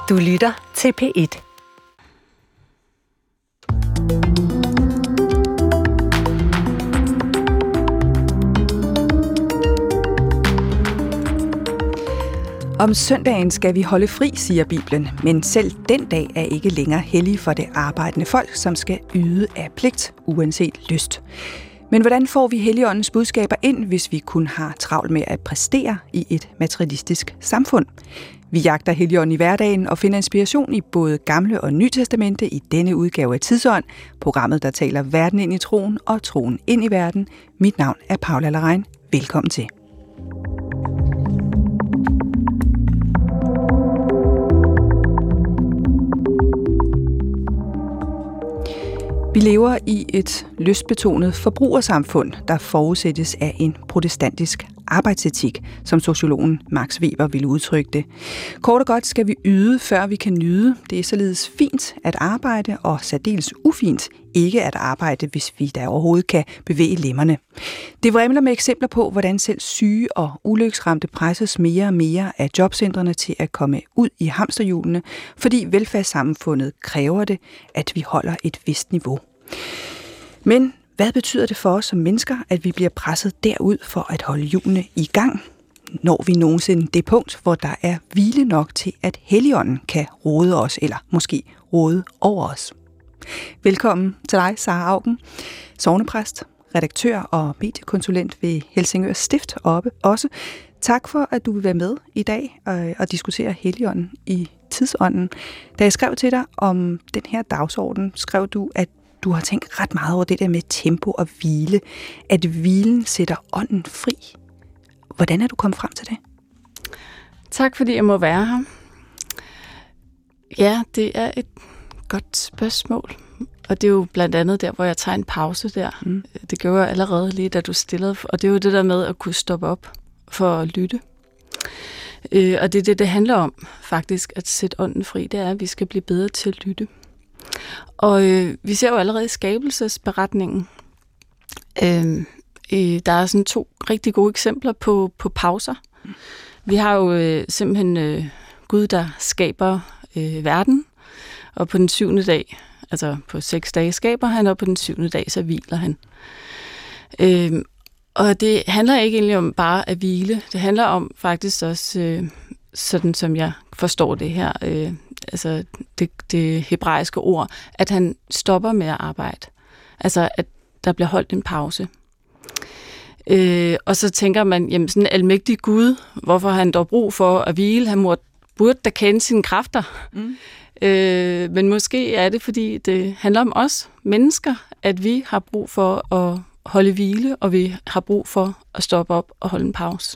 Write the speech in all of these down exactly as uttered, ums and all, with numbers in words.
Du lytter til P et. Om søndagen skal vi holde fri, siger Bibelen, men selv den dag er ikke længere hellig for det arbejdende folk, som skal yde af pligt, uanset lyst. Men hvordan får vi Helligåndens budskaber ind, hvis vi kun har travlt med at præstere i et materialistisk samfund? Vi jagter Helligånden i hverdagen og finder inspiration i både Gamle og Nye Testamente i denne udgave af Tidsånd, programmet, der taler verden ind i troen og troen ind i verden. Mit navn er Paula Larrain. Velkommen til. Vi lever i et lystbetonet forbrugersamfund, der forudsættes af en protestantisk arbejdsetik, som sociologen Max Weber ville udtrykke det. Kort og godt skal vi yde, før vi kan nyde. Det er således fint at arbejde, og særdeles ufint ikke at arbejde, hvis vi da overhovedet kan bevæge lemmerne. Det vrimler med eksempler på, hvordan selv syge og ulykkesramte presses mere og mere af jobcentrene til at komme ud i hamsterhjulene, fordi velfærdssamfundet kræver det, at vi holder et vist niveau. Men hvad betyder det for os som mennesker, at vi bliver presset derud for at holde hjulene i gang? Når vi nogensinde det punkt, hvor der er hvile nok til, at Helligånden kan råde os, eller måske råde over os? Velkommen til dig, Sara Auken, sognepræst, redaktør og mediekonsulent ved Helsingør Stift oppe også. Tak for, at du vil være med i dag og, og diskutere Helligånden i Tidsånden. Da jeg skrev til dig om den her dagsorden, skrev du, at du har tænkt ret meget over det der med tempo og hvile. At hvilen sætter ånden fri. Hvordan er du kommet frem til det? Tak fordi jeg må være her. Ja, det er et godt spørgsmål. Og det er jo blandt andet der, hvor jeg tager en pause der. Mm. Det gjorde jeg allerede lige, da du stillede. Og det er jo det der med at kunne stoppe op for at lytte. Øh, og det er det, det handler om faktisk, at sætte ånden fri. Det er, at vi skal blive bedre til at lytte. Og øh, vi ser jo allerede i skabelsesberetningen, øh, øh, der er sådan to rigtig gode eksempler på, på pauser. Vi har jo øh, simpelthen øh, Gud, der skaber øh, verden, og på den syvende dag, altså på seks dage skaber han, og på den syvende dag så hviler han. Øh, og det handler ikke egentlig om bare at hvile, det handler om faktisk også, øh, sådan som jeg forstår det her, øh, altså det, det hebraiske ord, at han stopper med at arbejde. Altså, at der bliver holdt en pause. Øh, og så tænker man, jamen sådan en almægtig Gud, hvorfor har han dog brug for at hvile? Han må, burde da kende sine kræfter. Mm. Øh, men måske er det, fordi det handler om os mennesker, at vi har brug for at holde hvile, og vi har brug for at stoppe op og holde en pause.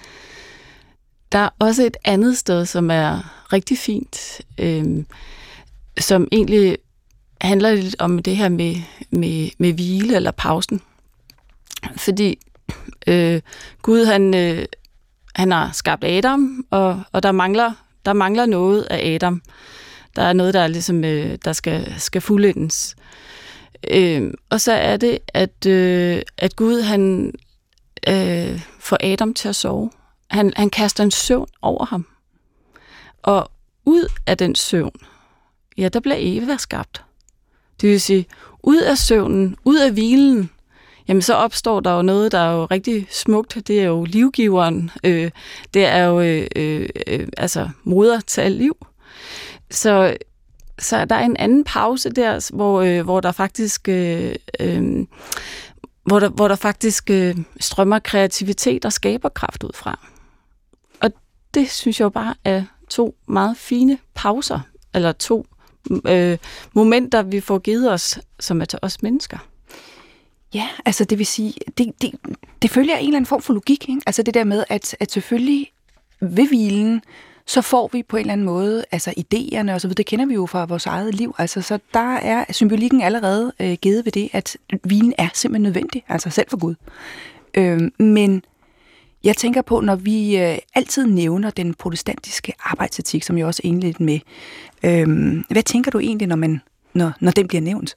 Der er også et andet sted, som er rigtig fint, øh, som egentlig handler lidt om det her med, med, med hvile eller pausen. Fordi øh, Gud, han, øh, han har skabt Adam, og, og der, mangler, der mangler noget af Adam. Der er noget, der, er ligesom, øh, der skal, skal fuldendes. Øh, og så er det, at, øh, at Gud han, øh, får Adam til at sove. Han, han kaster en søvn over ham. Og ud af den søvn, ja, der bliver Eva skabt. Det vil sige, ud af søvnen, ud af hvilen, jamen så opstår der jo noget, der er jo rigtig smukt. Det er jo livgiveren. Øh, det er jo øh, øh, altså moder til alt liv. Så, så der er en anden pause der, hvor, øh, hvor der faktisk... Øh, øh, hvor der, hvor der faktisk øh, strømmer kreativitet og skaberkraft ud fra. Og det synes jeg jo bare er to meget fine pauser, eller to øh, momenter, vi får givet os, som er til os mennesker. Ja, altså det vil sige, det, det, det følger en eller anden form for logik, ikke? Altså det der med, at, at selvfølgelig ved hvilen, så får vi på en eller anden måde, altså idéerne og så videre, det kender vi jo fra vores eget liv, altså så der er symbolikken allerede øh, givet ved det, at hvilen er simpelthen nødvendig, altså selv for Gud. Øh, men jeg tænker på, når vi øh, altid nævner den protestantiske arbejdsetik, som jeg også er lidt med, øh, hvad tænker du egentlig, når, man, når, når den bliver nævnt?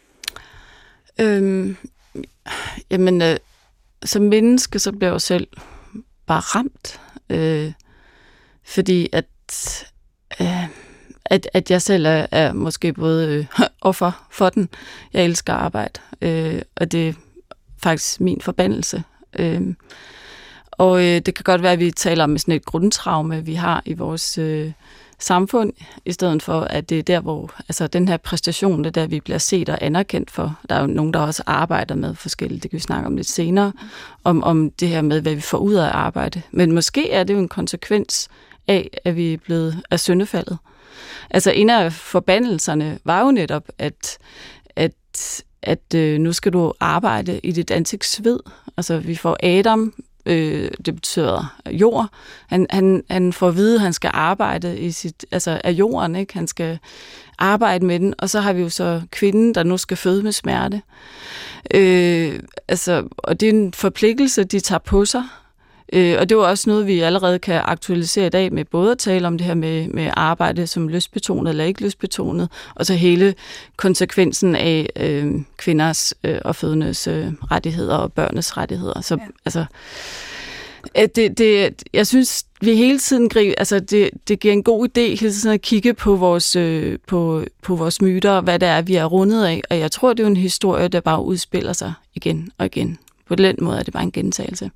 Øhm, jamen, øh, som menneske, så bliver jeg jo selv bare ramt, øh, fordi at øh, at, at jeg selv er, er måske både øh, offer for den. Jeg elsker arbejde, øh, og det er faktisk min forbandelse. Øh, og øh, det kan godt være, at vi taler om sådan et grundtraume, vi har i vores øh, samfund, i stedet for, at det er der, hvor altså, den her præstation, det der, vi bliver set og anerkendt for. Der er jo nogen, der også arbejder med forskelligt, det kan vi snakke om lidt senere, om, om det her med, hvad vi får ud af arbejde. Men måske er det jo en konsekvens af, at vi er blevet af syndefaldet. Altså en af forbandelserne var jo netop, at, at, at øh, nu skal du arbejde i dit ansigtssved. Altså vi får Adam, øh, det betyder jord. Han, han, han får at vide, at han skal arbejde i sit, altså af jorden, ikke? Han skal arbejde med den. Og så har vi jo så kvinden, der nu skal føde med smerte. Øh, altså, og det er en forpligtelse, de tager på sig. Øh, og det er jo også noget, vi allerede kan aktualisere i dag med både at tale om det her med, med arbejde som lystbetonet eller ikke lystbetonet, og så hele konsekvensen af øh, kvinders øh, og fødendes øh, rettigheder og børnenes rettigheder. Så ja. altså, det, det, jeg synes, vi hele tiden griber, altså det, det giver en god idé hele tiden at kigge på vores, øh, på, på vores myter, hvad det er, vi er rundet af, og jeg tror, det er en historie, der bare udspiller sig igen og igen. På den måde er det bare en gentagelse.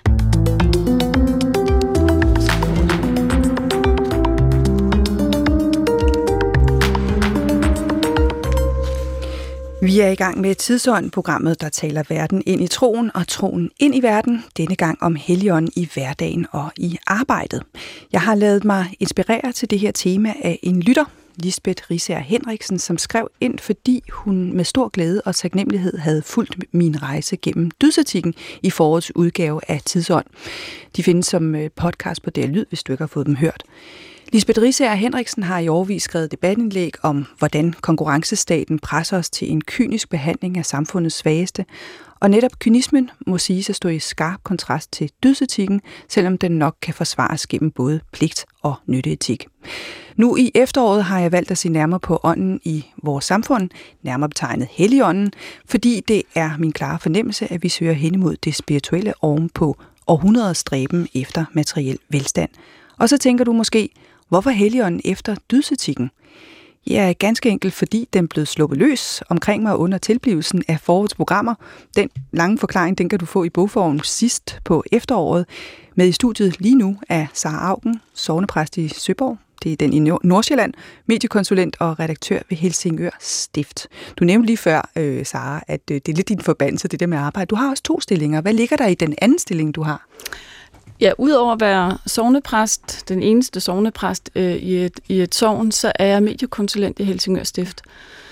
Vi er i gang med Tidsånd, programmet, der taler verden ind i troen og troen ind i verden. Denne gang om Helligånden i hverdagen og i arbejdet. Jeg har ladet mig inspirere til det her tema af en lytter, Lisbeth Risager Henriksen, som skrev ind, fordi hun med stor glæde og taknemmelighed havde fulgt min rejse gennem Dydsetikken i forårets udgave af Tidsånd. De findes som podcast på D R Lyd, hvis du ikke har fået dem hørt. Lisbeth Risager Henriksen har i årevis skrevet debatindlæg om, hvordan konkurrencestaten presser os til en kynisk behandling af samfundets svageste, og netop kynismen må siges at stå i skarp kontrast til dydsetikken, selvom den nok kan forsvares gennem både pligt og nytteetik. Nu i efteråret har jeg valgt at se nærmere på ånden i vores samfund, nærmere betegnet Helligånden, fordi det er min klare fornemmelse, at vi søger hen imod det spirituelle oven på århundreders stræben efter materiel velstand. Og så tænker du måske, hvorfor Helligånden efter dydsetikken? Ja, ganske enkelt, fordi den blev sluppet løs omkring mig under tilblivelsen af forårets programmer. Den lange forklaring, den kan du få i bogformen sidst på efteråret. Med i studiet lige nu er Sara Auken, sognepræst i Søborg. Det er den i Nordsjælland, mediekonsulent og redaktør ved Helsingør Stift. Du nævnte lige før, øh, Sara, at øh, det er lidt din forbandelse, det der med arbejde. Du har også to stillinger. Hvad ligger der i den anden stilling, du har? Ja, udover at være sognepræst, den eneste sognepræst øh, i, et, i et sogn, så er jeg mediekonsulent i Helsingør Stift.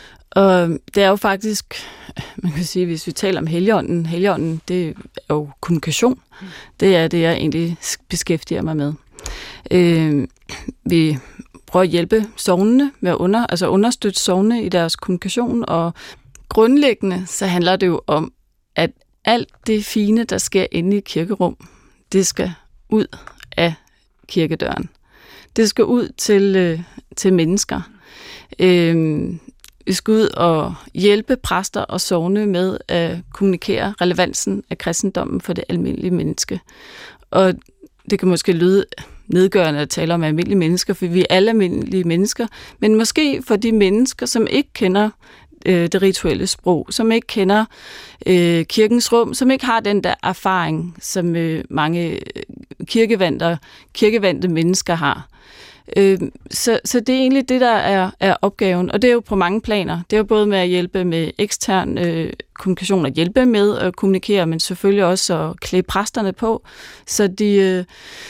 Og det er jo faktisk, man kan sige, hvis vi taler om Helligånden, Helligånden, det er jo kommunikation. Det er det, jeg egentlig beskæftiger mig med. Øh, vi prøver at hjælpe sognene med at under, altså understøtte sognene i deres kommunikation, og grundlæggende så handler det jo om, at alt det fine, der sker inde i kirkerum, det skal ud af kirkedøren. Det skal ud til, øh, til mennesker. Øh, vi skal ud og hjælpe præster og sogne med at kommunikere relevansen af kristendommen for det almindelige menneske. Og det kan måske lyde nedgørende at tale om almindelige mennesker, for vi er alle almindelige mennesker, men måske for de mennesker, som ikke kender det rituelle sprog, som ikke kender øh, kirkens rum, som ikke har den der erfaring, som øh, mange kirkevandte, kirkevandte mennesker har. Øh, så, så det er egentlig det, der er, er opgaven, og det er jo på mange planer. Det er jo både med at hjælpe med ekstern øh, kommunikation, at hjælpe med at kommunikere, men selvfølgelig også at klæde præsterne på, så de... Øh,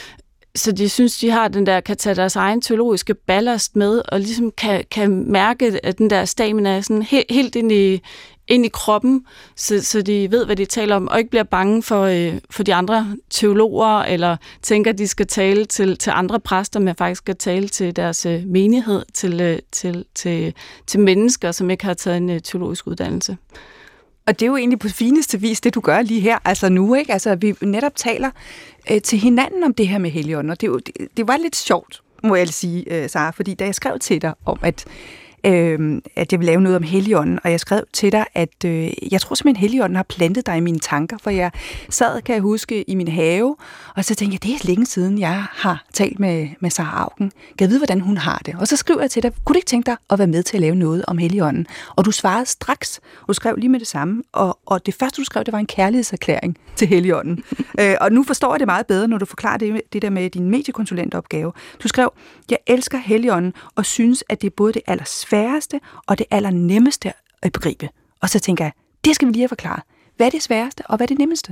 Så de synes, de har den der, kan tage deres egen teologiske ballast med, og ligesom kan, kan mærke, at den der stamina er sådan helt, helt ind, i, ind i kroppen, så, så de ved, hvad de taler om, og ikke bliver bange for, øh, for de andre teologer, eller tænker, at de skal tale til, til andre præster, men faktisk skal tale til deres øh, menighed, til, øh, til, til, til mennesker, som ikke har taget en øh, teologisk uddannelse. Og det er jo egentlig på fineste vis, det du gør lige her, altså nu, ikke? Altså, vi netop taler øh, til hinanden om det her med Helligånden, og det, det, det var lidt sjovt, må jeg sige, øh, Sara, fordi da jeg skrev til dig om, at, øh, at jeg vil lave noget om Helligånden, og jeg skrev til dig, at øh, jeg tror simpelthen, Helligånden har plantet dig i mine tanker, for jeg sad, kan jeg huske, i min have, og så tænkte jeg, det er længe siden, jeg har talt med, med Sara Auken. Kan jeg vide, hvordan hun har det? Og så skriver jeg til dig, kunne du ikke tænke dig at være med til at lave noget om Helligånden? Og du svarede straks, og du skrev lige med det samme, og, og det første, du skrev, det var en kærlighedserklæring til Helligånden. øh, og nu forstår jeg det meget bedre, når du forklarer det, det der med din mediekonsulentopgave. Du skrev, jeg elsker Helligånden, og synes, at det er både det allersværeste og det allernemmeste at begribe. Og så tænker jeg, det skal vi lige have forklaret. Hvad er det sværeste, og hvad er det nemmeste?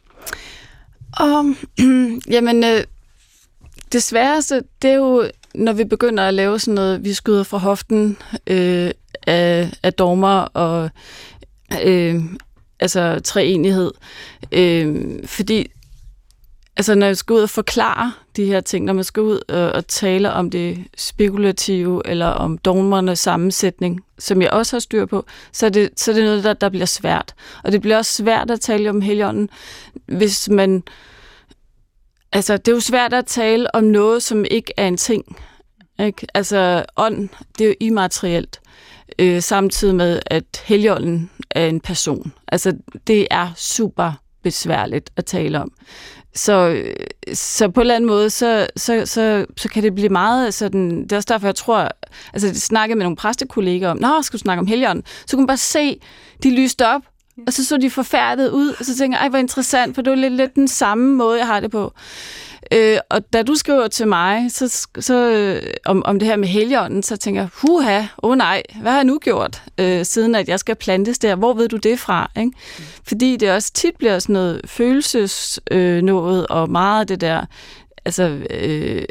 Um, jamen, øh, det sværeste, det er jo, når vi begynder at lave sådan noget, vi skyder fra hoften øh, af, af dogmer og øh, altså treenighed. Øh, fordi altså, når jeg skal ud og forklare de her ting, når man skal ud og, og tale om det spekulative, eller om dogmernes sammensætning, som jeg også har styr på, så er det, så er det noget, der, der bliver svært. Og det bliver også svært at tale om Helligånden, hvis man... Altså, det er jo svært at tale om noget, som ikke er en ting. Ikke? Altså, ånd, det er jo immaterielt, øh, samtidig med, at Helligånden er en person. Altså, det er super besværligt at tale om. Så, så på en eller anden måde, så, så, så, så kan det blive meget sådan... Det er også derfor, jeg tror... Altså, jeg snakkede med nogle præstekolleger om, nå, skal du snakke om Helligånden? Så kunne man bare se, de lyste op, og så så de forfærdet ud, og så tænker jeg, ej, hvor interessant, for det var lidt, lidt den samme måde, jeg har det på. Øh, og da du skriver til mig så, så, øh, om, om det her med Helligånden, så tænker jeg, huha, åh oh nej, hvad har jeg nu gjort, øh, siden at jeg skal plantes der? Hvor ved du det fra? Ikke? Mm. Fordi det også tit bliver sådan noget følelsesnået, øh, og meget af det der, altså... Øh,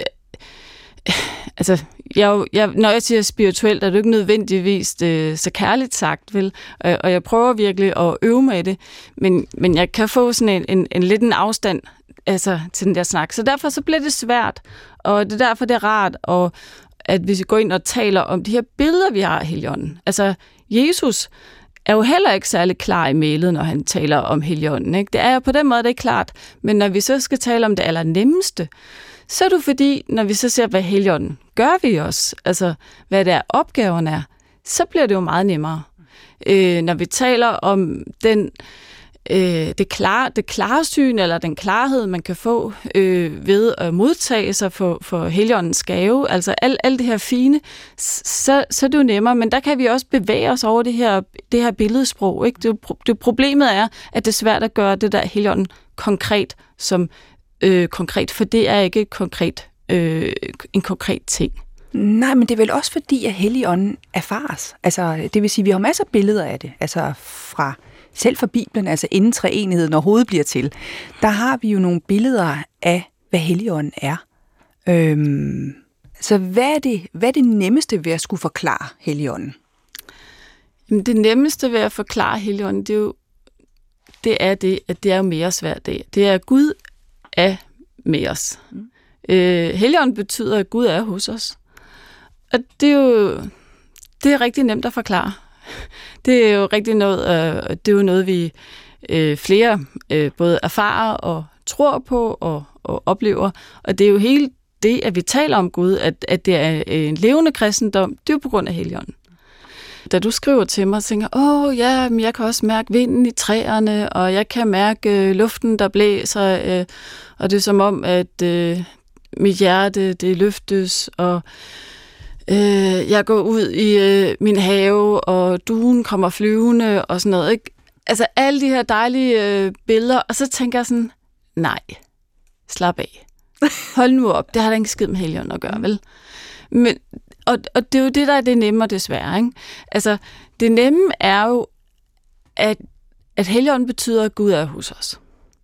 altså, jeg, jeg, når jeg siger spirituelt, er det ikke nødvendigvis det, så kærligt sagt, vel? Og, og jeg prøver virkelig at øve mig i det, men, men jeg kan få sådan en, en, en lidt en afstand altså, til den der snak. Så derfor så bliver det svært, og det er derfor, det er rart, og, at hvis vi går ind og taler om de her billeder, vi har af Helligånden. Altså, Jesus er jo heller ikke særlig klar i mailet, når han taler om Helligånden. Ikke? Det er jo på den måde, det er klart, men når vi så skal tale om det allernemmeste, så er det fordi, når vi så ser, hvad Helligånden gør vi os, altså hvad der opgaven er, så bliver det jo meget nemmere. Øh, når vi taler om den, øh, det, klare, det klare syn, eller den klarhed, man kan få øh, ved at modtage sig for, for Helligåndens gave, altså alt, alt det her fine, så, så er det jo nemmere, men der kan vi også bevæge os over det her, det her billedsprog. Ikke? Det, det, problemet er, at det er svært at gøre det der Helligånden konkret som Øh, konkret, for det er ikke konkret, øh, en konkret ting. Nej, men det er vel også fordi, at Helligånden erfares. Altså, det vil sige, at vi har masser af billeder af det, altså fra, selv fra Bibelen, altså inden treenigheden overhovedet bliver til. Der har vi jo nogle billeder af, hvad Helligånden er. Øhm, så hvad er, det, hvad er det nemmeste ved at skulle forklare Helligånden? Jamen, det nemmeste ved at forklare Helligånden, det er jo det, er det at det er jo mere svært. Det, det er Gud er med os. Mm. Øh, Helligånden betyder, at Gud er hos os. Og det er jo det er rigtig nemt at forklare. Det er jo rigtig noget, øh, det er jo noget, vi øh, flere øh, både erfarer og tror på og, og oplever. Og det er jo hele det, at vi taler om Gud, at, at det er en levende kristendom, det er jo på grund af Helligånden. Da du skriver til mig, tænker jeg, åh ja, men jeg kan også mærke vinden i træerne, og jeg kan mærke øh, luften, der blæser, øh, og det er som om, at øh, mit hjerte, det løftes, og øh, jeg går ud i øh, min have, og duen kommer flyvende, og sådan noget. Ikke? Altså alle de her dejlige øh, billeder, og så tænker jeg sådan, nej, slap af. Hold nu op, det har da ikke skid med Helligånden at gøre, vel? Men Og, og det er jo det, der er det nemme og det svære. Ikke? Altså, det nemme er jo, at, at Helligånden betyder, at Gud er hos os.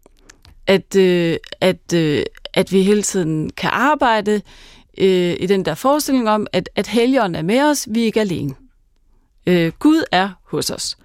At, øh, at, øh, at vi hele tiden kan arbejde øh, i den der forestilling om, at, at Helligånden er med os, vi er ikke alene. Øh, Gud er hos os.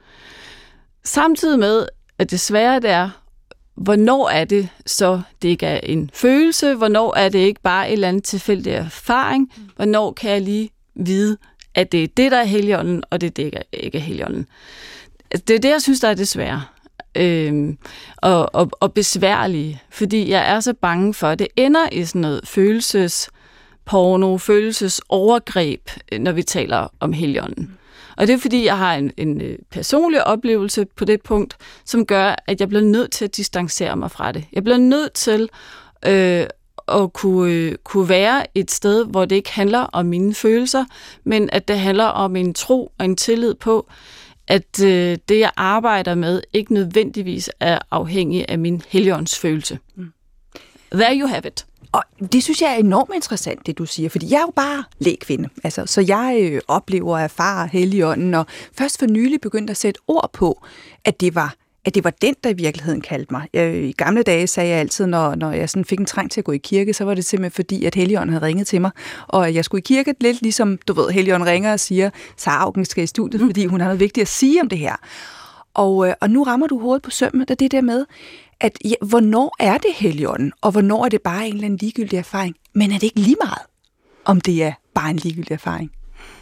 Samtidig med, at det svære det er, hvornår er det så, det ikke er en følelse? Hvornår er det ikke bare et eller andet tilfældig erfaring? Hvornår kan jeg lige vide, at det er det, der er Helligånden, og det er det, der ikke er Helligånden? Det er det, jeg synes, der er det svære. Øhm, og, og, og besværlige, fordi jeg er så bange for, at det ender i sådan noget følelsespres, porno, følelsesovergreb, når vi taler om Helligånden. Og det er fordi, jeg har en, en personlig oplevelse på det punkt, som gør, at jeg bliver nødt til at distancere mig fra det. Jeg bliver nødt til øh, at kunne, øh, kunne være et sted, hvor det ikke handler om mine følelser, men at det handler om en tro og en tillid på, at øh, det, jeg arbejder med, ikke nødvendigvis er afhængig af min Helligåndsfølelse. Mm. There you have it. Og det synes jeg er enormt interessant, det du siger, fordi jeg er jo bare lægkvinde. Altså, så jeg øh, oplever og erfarer Helligånden, og først for nylig begyndte at sætte ord på, at det var at det var den, der i virkeligheden kaldte mig. Jeg, I gamle dage sagde jeg altid, når, når jeg sådan fik en trang til at gå i kirke, så var det simpelthen fordi, at Helligånden havde ringet til mig, og jeg skulle i kirke lidt ligesom, du ved, Helligånden ringer og siger, Sara Auken skal i studiet, fordi hun har noget vigtigt at sige om det her. Og, øh, og nu rammer du hovedet på sømmet, og det der med, at ja, hvornår er det Helligånden, og hvornår er det bare en eller anden ligegyldig erfaring? Men er det ikke lige meget, om det er bare en ligegyldig erfaring?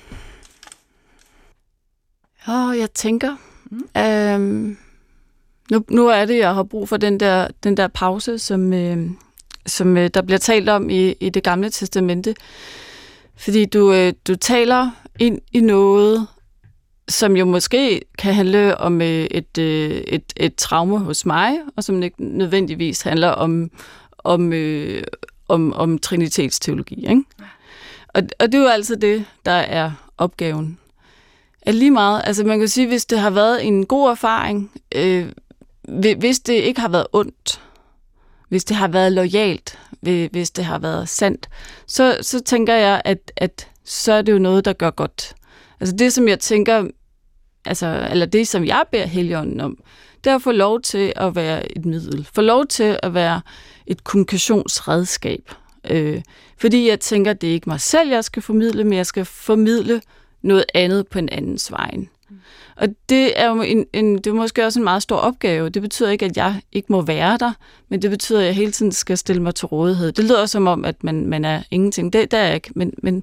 Åh, jeg tænker... Mm. Øhm, nu, nu er det, jeg har brug for den der, den der pause, som, øh, som øh, der bliver talt om i, i det gamle testamente. Fordi du, øh, du taler ind i noget, som jo måske kan handle om et, et, et traume hos mig, og som ikke nødvendigvis handler om, om, øh, om, om trinitetsteologi. Ikke? Og, og det er jo altid det, der er opgaven. At lige meget, altså man kan sige, hvis det har været en god erfaring, øh, hvis det ikke har været ondt, hvis det har været loyalt, hvis det har været sandt, så, så tænker jeg, at, at så er det jo noget, der gør godt. Altså det, som jeg tænker, altså, eller det, som jeg beder Helligånden om, det er at få lov til at være et middel. Få lov til at være et kommunikationsredskab. Øh, fordi jeg tænker, det er ikke mig selv, jeg skal formidle, men jeg skal formidle noget andet på en andens vejen. Mm. Og det er jo en, en, det er måske også en meget stor opgave. Det betyder ikke, at jeg ikke må være der, men det betyder, at jeg hele tiden skal stille mig til rådighed. Det lyder som om, at man, man er ingenting. Det, det er jeg ikke, men, men,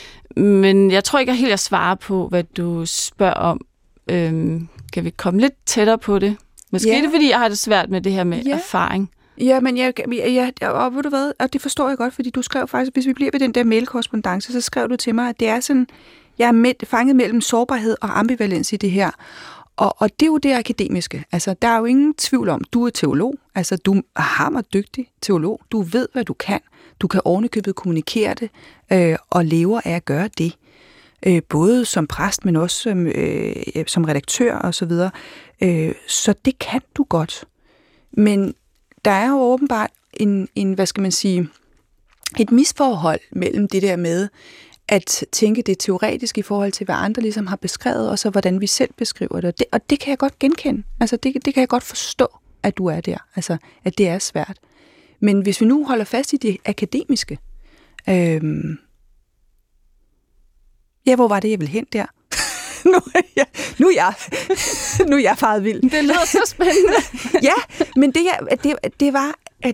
men jeg tror ikke, jeg helt at svare på, hvad du spørger om. Øhm, kan vi komme lidt tættere på det? Måske ja. Er det, fordi jeg har det svært med det her med ja. Erfaring. Ja, men jeg, jeg, jeg, og ved du hvad, og det forstår jeg godt, fordi du skrev faktisk, hvis vi bliver ved den der mailkorrespondance, så skrev du til mig, at det er sådan, jeg er med, fanget mellem sårbarhed og ambivalens i det her. Og, og det er jo det akademiske. Altså, der er jo ingen tvivl om, du er teolog. Altså, du er hammerdyggtig teolog. Du ved, hvad du kan. Du kan ovenikøbet kommunikere det, øh, og lever af at gøre det. Øh, både som præst, men også som, øh, som redaktør og så videre. Øh, så det kan du godt. Men der er jo åbenbart en, en, hvad skal man sige, et misforhold mellem det der med at tænke det teoretisk i forhold til, hvad andre ligesom har beskrevet, og så hvordan vi selv beskriver det. Og det, og det kan jeg godt genkende. Altså, det, det kan jeg godt forstå, at du er der. Altså, at det er svært. Men hvis vi nu holder fast i det akademiske, øhm, ja, hvor var det, jeg ville hen der? nu, er jeg, nu, er jeg, nu er jeg faret vild. Det lyder så spændende. Ja, men det, det, det var, at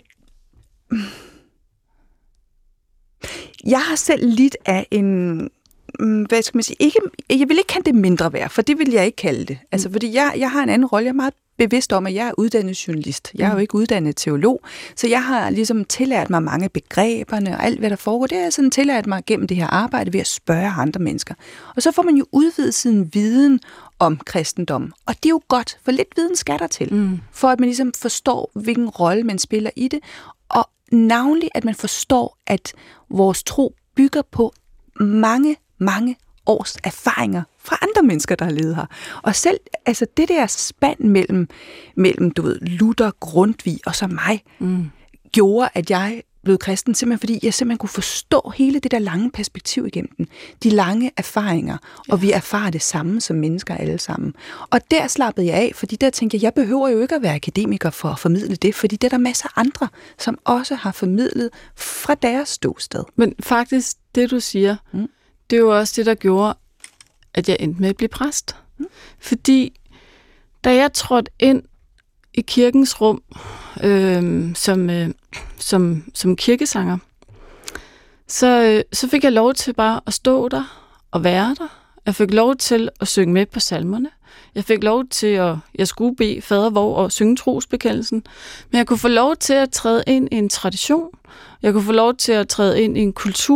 jeg har selv lidt af en, hvad skal man sige, ikke, jeg vil ikke kalde det mindre værd, for det vil jeg ikke kalde det. Altså, fordi jeg, jeg har en anden rolle. Jeg er meget bevidst om, at jeg er uddannet journalist. Jeg er jo ikke uddannet teolog, så jeg har ligesom tillært mig mange begreberne og alt, hvad der foregår. Det har jeg sådan tillært mig gennem det her arbejde ved at spørge andre mennesker. Og så får man jo udvidet sin viden om kristendom. Og det er jo godt, for lidt viden skal der til, mm. for at man ligesom forstår, hvilken rolle man spiller i det, og navnlig, at man forstår, at vores tro bygger på mange, mange års erfaringer fra andre mennesker, der har levet her. Og selv altså det der spand mellem, mellem du ved, Luther, Grundtvig og så mig, mm. gjorde, at jeg blev kristen, simpelthen fordi jeg simpelthen kunne forstå hele det der lange perspektiv igennem den. De lange erfaringer, ja. Og vi erfarer det samme som mennesker alle sammen. Og der slappede jeg af, fordi der tænkte jeg, jeg behøver jo ikke at være akademiker for at formidle det, fordi det er der masser af andre, som også har formidlet fra deres ståsted. Men faktisk, det du siger, mm. det er jo også det, der gjorde, at jeg endte med at blive præst. Mm. Fordi da jeg trådte ind i kirkens rum øh, som, øh, som, som kirkesanger, så, øh, så fik jeg lov til bare at stå der og være der. Jeg fik lov til at synge med på salmerne. Jeg fik lov til at, jeg skulle bede fadervor og synge trosbekendelsen, men jeg kunne få lov til at træde ind i en tradition. Jeg kunne få lov til at træde ind i en kultur,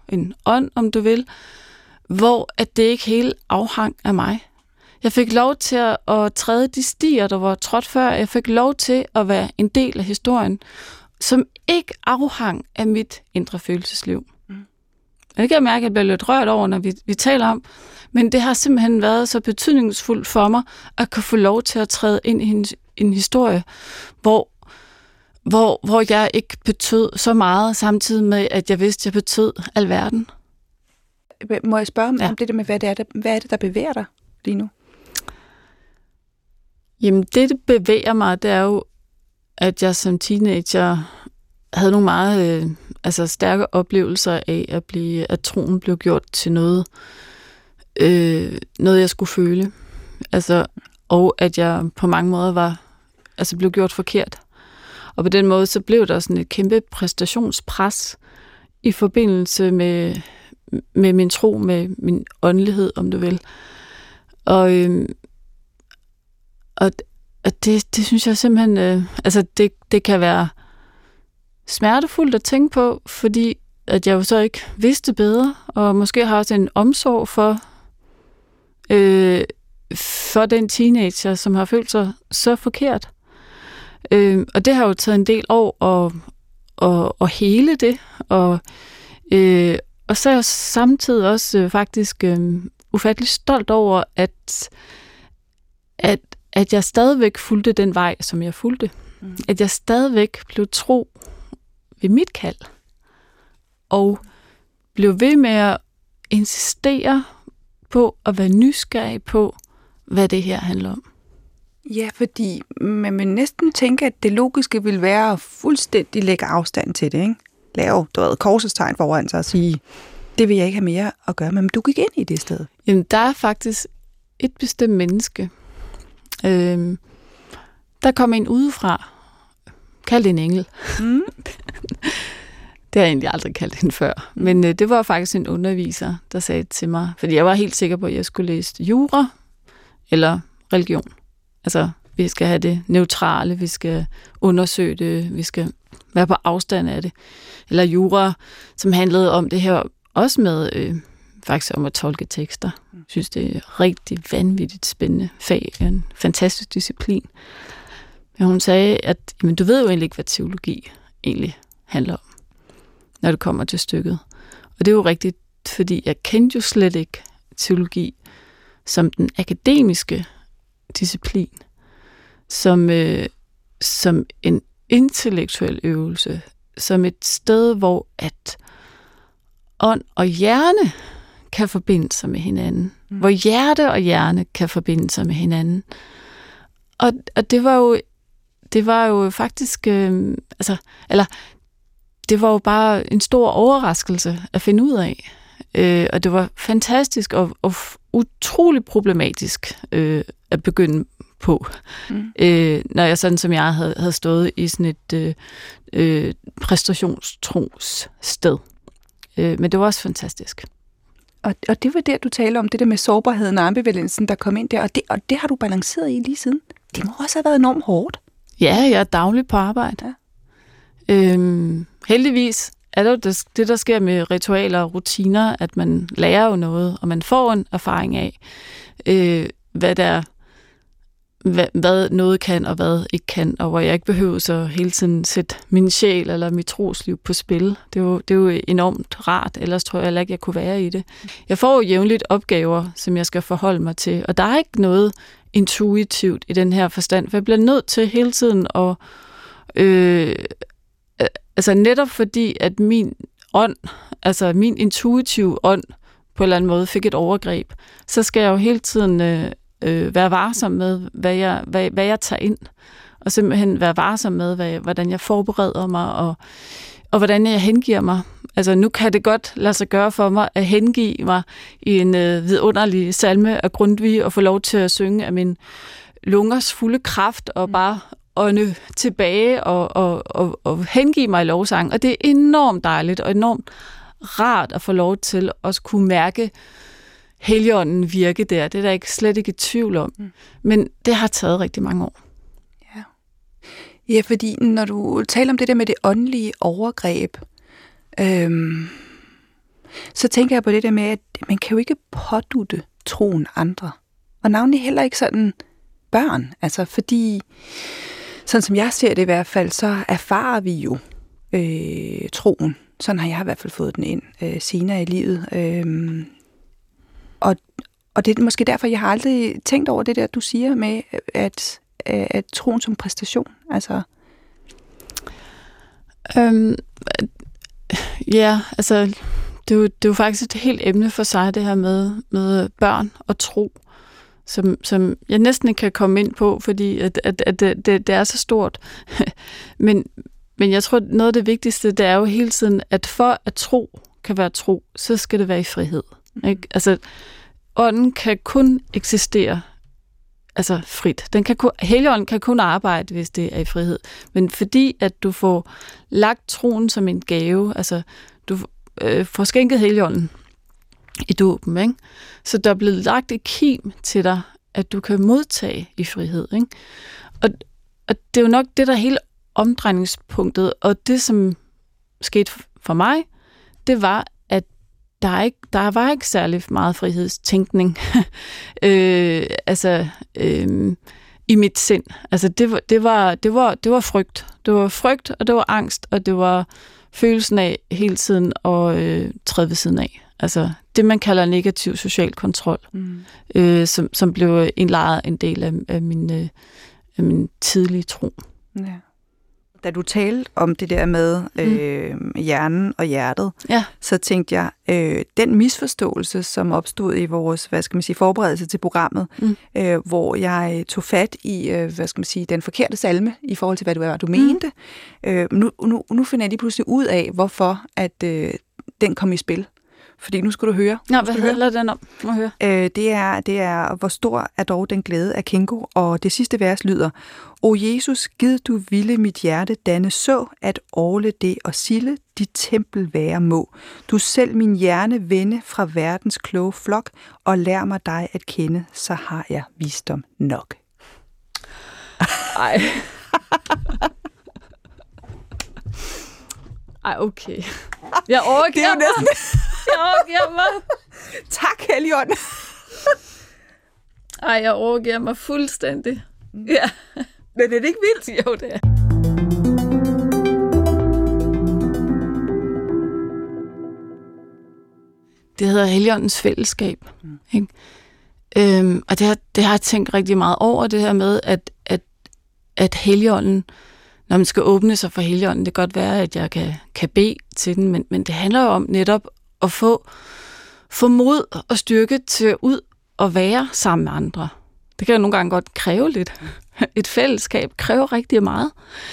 en ånd, om du vil, hvor at det ikke helt afhang af mig. Jeg fik lov til at, at træde de stier, der var trådt før. Jeg fik lov til at være en del af historien, som ikke afhang af mit indre følelsesliv. Mm. Jeg kan mærke, at jeg bliver lidt rørt over, når vi, vi taler om, men det har simpelthen været så betydningsfuldt for mig, at kunne få lov til at træde ind i en, en historie, hvor, hvor, hvor jeg ikke betød så meget, samtidig med, at jeg vidste, at jeg betød alverden. Må jeg spørge om, ja. om det der med, hvad det er, der, hvad er det, der bevæger dig lige nu? Jamen, det, det bevæger mig, det er jo, at jeg som teenager havde nogle meget øh, altså stærke oplevelser af, at, blive, at troen blev gjort til noget, øh, noget jeg skulle føle. Altså, og at jeg på mange måder var, altså blev gjort forkert. Og på den måde, så blev der sådan et kæmpe præstationspres i forbindelse med, med min tro, med min åndelighed, om du vil. Og, øh, og Og det, det synes jeg simpelthen, øh, altså det, det kan være smertefuldt at tænke på, fordi at jeg jo så ikke vidste bedre, og måske har også en omsorg for, øh, for den teenager, som har følt sig så forkert. Øh, og det har jo taget en del år at, at, at hele det, og, øh, og så er jeg samtidig også øh, faktisk øh, ufattelig stolt over, at, at at jeg stadigvæk fulgte den vej, som jeg fulgte. Mm. At jeg stadigvæk blev tro ved mit kald. Og blev ved med at insistere på at være nysgerrig på, hvad det her handler om. Ja, fordi man vil næsten tænke, at det logiske vil være at fuldstændig lægge afstand til det, ikke? Lave, du ved, korsets tegn foran sig og sige, det vil jeg ikke have mere at gøre med, men du gik ind i det sted. Jamen, der er faktisk et bestemt menneske, Øhm, der kom en udefra, kald det en engel. Mm. Det har jeg egentlig aldrig kaldt hende før. Men øh, det var faktisk en underviser, der sagde til mig, fordi jeg var helt sikker på, at jeg skulle læse jura eller religion. Altså, vi skal have det neutrale, vi skal undersøge det, vi skal være på afstand af det. Eller jura, som handlede om det her, også med øh, faktisk om at tolke tekster. Jeg synes, det er rigtig vanvittigt spændende fag, en fantastisk disciplin. Men hun sagde, at jamen, du ved jo egentlig ikke, hvad teologi egentlig handler om, når det kommer til stykket. Og det er jo rigtigt, fordi jeg kendte jo slet ikke teologi som den akademiske disciplin, som, øh, som en intellektuel øvelse, som et sted, hvor at ånd og hjerne kan forbinde sig med hinanden. Mm. Hvor hjerte og hjerne kan forbinde sig med hinanden. Og, og det var jo det var jo faktisk øh, altså, eller det var jo bare en stor overraskelse at finde ud af. Øh, og det var fantastisk og, og utrolig problematisk øh, at begynde på. Mm. Øh, når jeg sådan som jeg havde, havde stået i sådan et øh, øh, præstationstros sted. Øh, men det var også fantastisk. Og, og det var der, du taler om, det der med sårbarheden og ambivalensen, der kom ind der, og det, og det har du balanceret i lige siden. Det må også have været enormt hårdt. Ja, jeg er dagligt på arbejde. Ja. Øhm, heldigvis er det jo det, der sker med ritualer og rutiner, at man lærer jo noget, og man får en erfaring af, øh, hvad der hvad, hvad noget kan, og hvad ikke kan, og hvor jeg ikke behøver så hele tiden sætte min sjæl eller mit trosliv på spil. Det er jo, det er jo enormt rart, ellers tror jeg heller ikke, jeg kunne være i det. Jeg får jo jævnligt opgaver, som jeg skal forholde mig til, og der er ikke noget intuitivt i den her forstand, for jeg bliver nødt til hele tiden at øh, altså netop fordi, at min ånd, altså min intuitive ånd, på en eller anden måde fik et overgreb, så skal jeg jo hele tiden øh, øh, være varsom med, hvad jeg, hvad, hvad jeg tager ind, og simpelthen være varsom med, hvad, hvordan jeg forbereder mig, og, og hvordan jeg hengiver mig. Altså nu kan det godt lade sig gøre for mig at hengive mig i en øh, vidunderlig salme af Grundtvig, og få lov til at synge af min lungers fulde kraft, og bare ånde tilbage og, og, og, og hengive mig i lovsang. Og det er enormt dejligt og enormt rart at få lov til at kunne mærke Helligånden virke der. Det er der ikke, slet ikke i tvivl om. Mm. Men det har taget rigtig mange år. Ja. Ja, fordi når du taler om det der med det åndelige overgreb, øhm, så tænker jeg på det der med, at man kan jo ikke pådutte troen andre. Og navnlig heller ikke sådan børn. Altså fordi, sådan som jeg ser det i hvert fald, så erfarer vi jo øh, troen. Sådan har jeg i hvert fald fået den ind øh, senere i livet. Øh, og, og det er måske derfor, jeg har aldrig tænkt over det der, du siger med, at, at troen som præstation. Altså... Øhm, ja, altså, det er, jo, det er jo faktisk et helt emne for sig, det her med, med børn og tro, som, som jeg næsten ikke kan komme ind på, fordi at, at, at det, det, det er så stort. men, men jeg tror, noget af det vigtigste, det er jo hele tiden, at for at tro kan være tro, så skal det være i frihed. Ikke? Altså, ånden kan kun eksistere altså frit. Den kan kun, Helligånden kan kun arbejde, hvis det er i frihed. Men fordi, at du får lagt troen som en gave, altså du øh, får skænket Helligånden i dåben, ikke? Så der er blevet lagt et kim til dig, at du kan modtage i frihed. Ikke? Og, og det er jo nok det, der er hele omdrejningspunktet, og det, som skete for mig, det var, at der, er ikke, der var ikke særlig meget frihedstænkning øh, altså, øh, i mit sind. Altså, det var, det, var, det, var, det var frygt. Det var frygt, og det var angst, og det var følelsen af hele tiden at øh, træde ved siden af. Altså, det, man kalder negativ social kontrol, mm. øh, som, som blev indlejret en del af, af, min, øh, af min tidlige tro. Ja. Da du talte om det der med øh, mm. hjernen og hjertet, ja. så tænkte jeg, øh, den misforståelse, som opstod i vores, hvad skal man sige, forberedelse til programmet, mm. øh, hvor jeg tog fat i, øh, hvad skal man sige, den forkerte salme i forhold til, hvad du, hvad du mente. Mm. Øh, nu, nu, nu finder jeg lige pludselig ud af, hvorfor at øh, den kom i spil. Fordi nu skal du høre. Nå, hvad handler den om? Må høre. Øh, det, er, det er, hvor stor er dog den glæde af Kingo, og det sidste vers lyder: O Jesus, gid du ville mit hjerte danne så, at orle det og sille, dit tempel være må. Du selv min hjerne vende fra verdens kloge flok, og lær mig dig at kende, så har jeg visdom nok. Ej. Ej, okay. Jeg overgiver mig. Næsten... Jeg overgiver mig. Tak, Helligånd. Ej, jeg overgiver mig fuldstændig. Ja. Men er det ikke vildt? Jo, det er. Det hedder Helligåndens fællesskab. Mm. Ikke? Øhm, og det har, det har jeg tænkt rigtig meget over, det her med, at, at, at Helligånden, når man skal åbne sig for Helligånden, det kan godt være, at jeg kan, kan bede til den, men, men det handler jo om netop at få, få mod og styrke til ud og være sammen med andre. Det kan jo nogle gange godt kræve lidt. Et fællesskab kræver rigtig meget.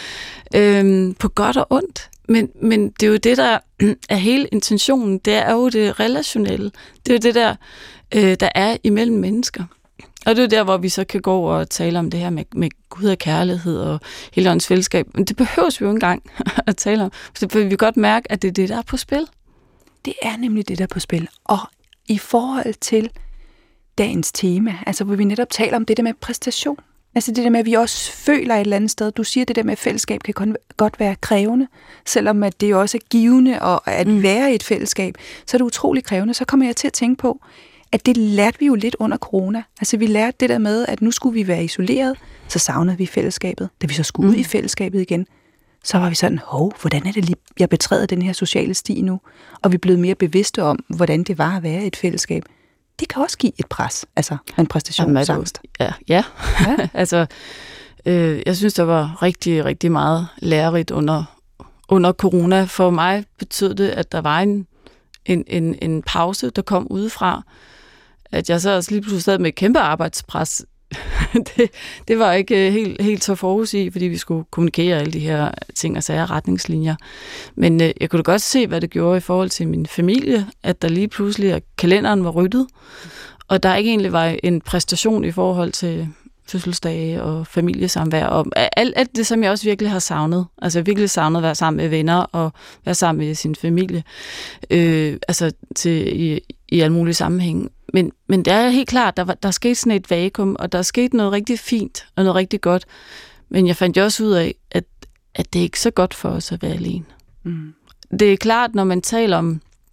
Øhm, på godt og ondt. Men, men det er jo det, der er hele intentionen. Det er jo det relationelle. Det er jo det, der, øh, der er imellem mennesker. Og det er jo der, hvor vi så kan gå og tale om det her med, med Gud og kærlighed og Helligåndens fællesskab. Men det behøves vi jo engang at tale om. For vi kan godt mærke, at det er det, der er på spil. Det er nemlig det, der er på spil. Og i forhold til dagens tema, altså hvor vi netop taler om det der med præstation. Altså det der med, at vi også føler et eller andet sted. Du siger, det der med, at fællesskab kan kun, godt være krævende, selvom at det også er givende, og at mm. være i et fællesskab, så er det utrolig krævende. Så kommer jeg til at tænke på, at det lærte vi jo lidt under corona. Altså vi lærte det der med, at nu skulle vi være isoleret, så savnede vi fællesskabet. Da vi så skulle mm. ud i fællesskabet igen, så var vi sådan, hov, hvordan er det lige, jeg betræder den her sociale sti nu? Og vi er blevet mere bevidste om, hvordan det var at være i et fællesskab. Det kan også give et pres, altså en præstationsangst. Ja, ja. ja. altså, øh, jeg synes, der var rigtig, rigtig meget lærerigt under, under corona. For mig betød det, at der var en, en, en, en pause, der kom udefra. At jeg så også lige pludselig sad med et kæmpe arbejdspres. det, det var ikke helt, helt så forudsige, fordi vi skulle kommunikere alle de her ting og sager, retningslinjer. Men øh, jeg kunne da godt se, hvad det gjorde i forhold til min familie, at der lige pludselig, at kalenderen var ryddet, og der ikke egentlig var en præstation i forhold til fødselsdage og familiesamvær, og alt, alt det, som jeg også virkelig har savnet. Altså virkelig savnet at være sammen med venner og være sammen med sin familie, øh, altså til, i, i alle mulige sammenhænge. Men, men det er helt klart, der, var, der skete sådan et vakuum, og der skete noget rigtig fint og noget rigtig godt. Men jeg fandt jo også ud af, at, at det er ikke så godt for os at være alene. Mm. Det er klart, når man taler om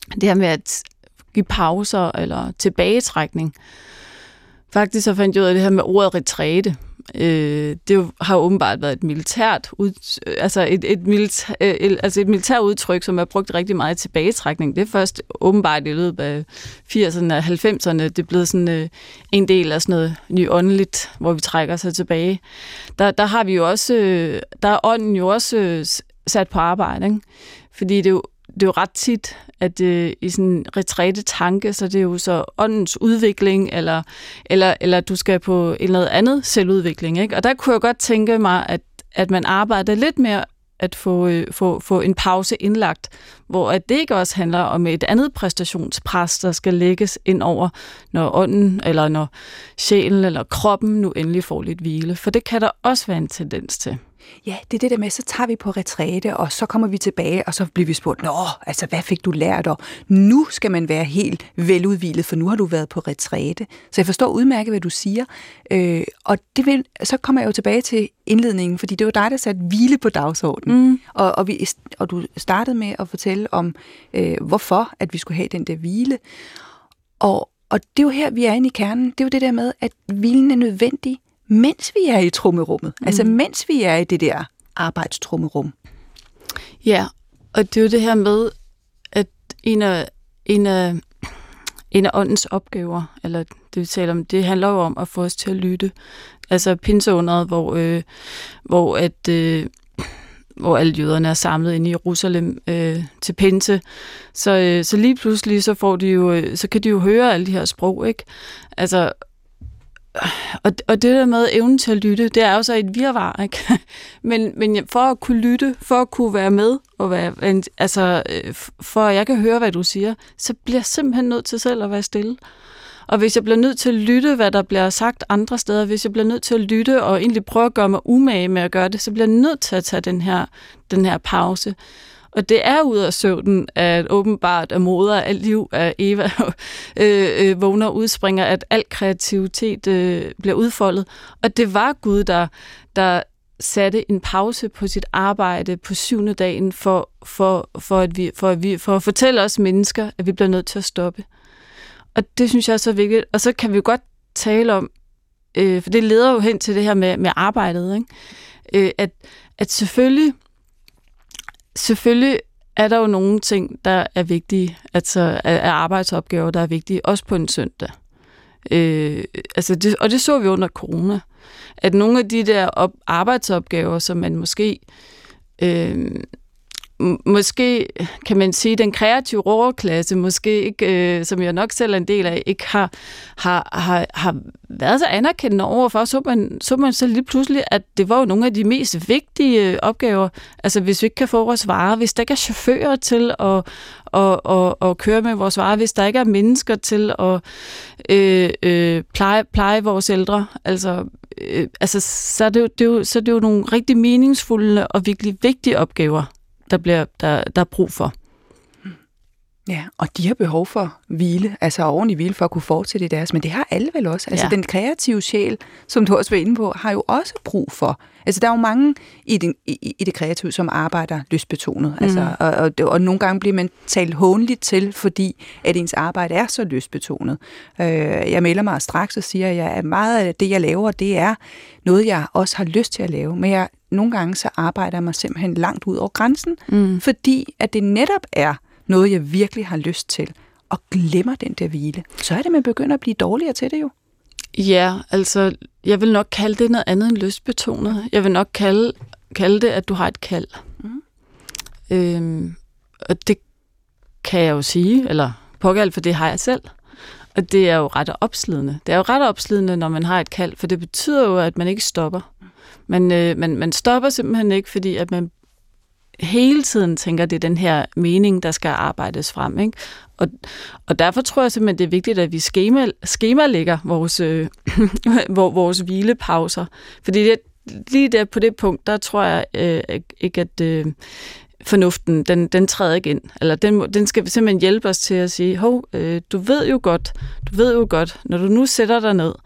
det her med at give pauser eller tilbagetrækning. Faktisk så fandt jeg ud af det her med ordet retræte. Øh, det har åbenbart været et militært ud, altså et, et, militær, øh, altså et militært udtryk, som er brugt rigtig meget i tilbagetrækning. Det er først åbenbart i løbet af firserne og halvfemserne. Det er blevet sådan øh, en del af sådan noget nyåndeligt, hvor vi trækker sig tilbage. Der, der har vi jo også, øh, der er ånden jo også øh, sat på arbejde, ikke? Fordi det er jo Det er jo ret tit, at øh, i sådan en retræte-tanke, så det er jo så åndens udvikling, eller, eller, eller du skal på et eller andet selvudvikling. Ikke? Og der kunne jeg godt tænke mig, at, at man arbejder lidt mere at få, øh, få, få en pause indlagt, hvor at det ikke også handler om et andet præstationspres, der skal lægges ind over, når ånden, eller når sjælen, eller kroppen nu endelig får lidt hvile. For det kan der også være en tendens til. Ja, det er det der med, så tager vi på retræte, og så kommer vi tilbage, og så bliver vi spurgt, nå, altså hvad fik du lært, og nu skal man være helt veludhvilet, for nu har du været på retræte. Så jeg forstår udmærket, hvad du siger, øh, og det vil, så kommer jeg jo tilbage til indledningen, fordi det var dig, der satte hvile på dagsordenen, mm. og, og, vi, og du startede med at fortælle om, øh, hvorfor at vi skulle have den der hvile, og, og det er jo her, vi er inde i kernen, det er jo det der med, at hvilen er nødvendig, mens vi er i trommerummet. Mm. Altså mens vi er i det der arbejdstrommerum. Ja, og det er jo det her med, at en af, en af, en af åndens opgaver, eller det vi taler om, det handler jo om at få os til at lytte. Altså pinseunderet, hvor, øh, hvor, at, øh, hvor alle jøderne er samlet inde i Jerusalem øh, til pinse. Så, øh, så lige pludselig, så, får de jo, så kan de jo høre alle de her sprog, ikke? Altså, Og, og det der med evnen til at lytte, det er jo så et virvar, ikke? Men, men for at kunne lytte, for at kunne være med, og være, altså, for at jeg kan høre, hvad du siger, så bliver jeg simpelthen nødt til selv at være stille. Og hvis jeg bliver nødt til at lytte, hvad der bliver sagt andre steder, hvis jeg bliver nødt til at lytte og egentlig prøve at gøre mig umage med at gøre det, så bliver jeg nødt til at tage den her, den her pause. Og det er ud af søvnen, at åbenbart af moder, alt liv af Eva øh, øh, vågner og udspringer, at al kreativitet øh, bliver udfoldet. Og det var Gud, der, der satte en pause på sit arbejde på syvende dagen, for, for, for, at vi, for, at vi, for at fortælle os mennesker, at vi bliver nødt til at stoppe. Og det synes jeg er så vigtigt. Og så kan vi jo godt tale om, øh, for det leder jo hen til det her med, med arbejdet, ikke? Øh, at, at selvfølgelig... Selvfølgelig er der jo nogle ting, der er vigtige, altså af arbejdsopgaver, der er vigtige, også på en søndag. Øh, altså det, og det så vi under corona, at nogle af de der op, arbejdsopgaver, som man måske, øh, måske kan man sige, den kreative råderklasse, måske ikke, øh, som jeg nok selv er en del af, ikke har, har, har, har været så anerkendende overfor, så man, så man så lige pludselig, at det var jo nogle af de mest vigtige opgaver. Altså hvis vi ikke kan få vores varer, hvis der ikke er chauffører til at, at, at, at køre med vores varer, hvis der ikke er mennesker til at øh, øh, pleje, pleje vores ældre, altså, øh, altså så, er det jo, det er jo, så er det jo nogle rigtig meningsfulde og virkelig vigtige opgaver, der bliver der, der er brug for. Ja, og de har behov for hvile, altså ordentlig hvile for at kunne fortsætte i deres, men det har alle vel også. Altså ja. Den kreative sjæl, som du også var inde på, har jo også brug for. Altså der er jo mange i det, i, i det kreative, som arbejder lystbetonet, mm. altså, og, og, og nogle gange bliver man talt hånligt til, fordi at ens arbejde er så lystbetonet. Øh, jeg melder mig straks og siger, at jeg, meget af det, jeg laver, det er noget, jeg også har lyst til at lave, men jeg, nogle gange så arbejder jeg mig simpelthen langt ud over grænsen, mm. fordi at det netop er noget, jeg virkelig har lyst til, og glemmer den der hvile, så er det, man begynder at blive dårligere til det jo. Ja, altså, jeg vil nok kalde det noget andet end lystbetonet. Jeg vil nok kalde, kalde det, at du har et kald. Mm. Øhm, og det kan jeg jo sige, eller påkald, for det har jeg selv. Og det er jo ret opslidende. Det er jo ret opslidende, når man har et kald, for det betyder jo, at man ikke stopper. Man, øh, man, man stopper simpelthen ikke, fordi at man hele tiden tænker, det er den her mening, der skal arbejdes frem, ikke? Og, og derfor tror jeg simpelthen, det er vigtigt, at vi skema, skemalægger vores, øh, vores hvilepauser. Fordi det, lige der på det punkt, der tror jeg øh, ikke, at øh, fornuften, den, den træder ikke ind. Eller den, den skal simpelthen hjælpe os til at sige, hov, øh, du ved jo godt, du ved jo godt, når du nu sætter dig ned,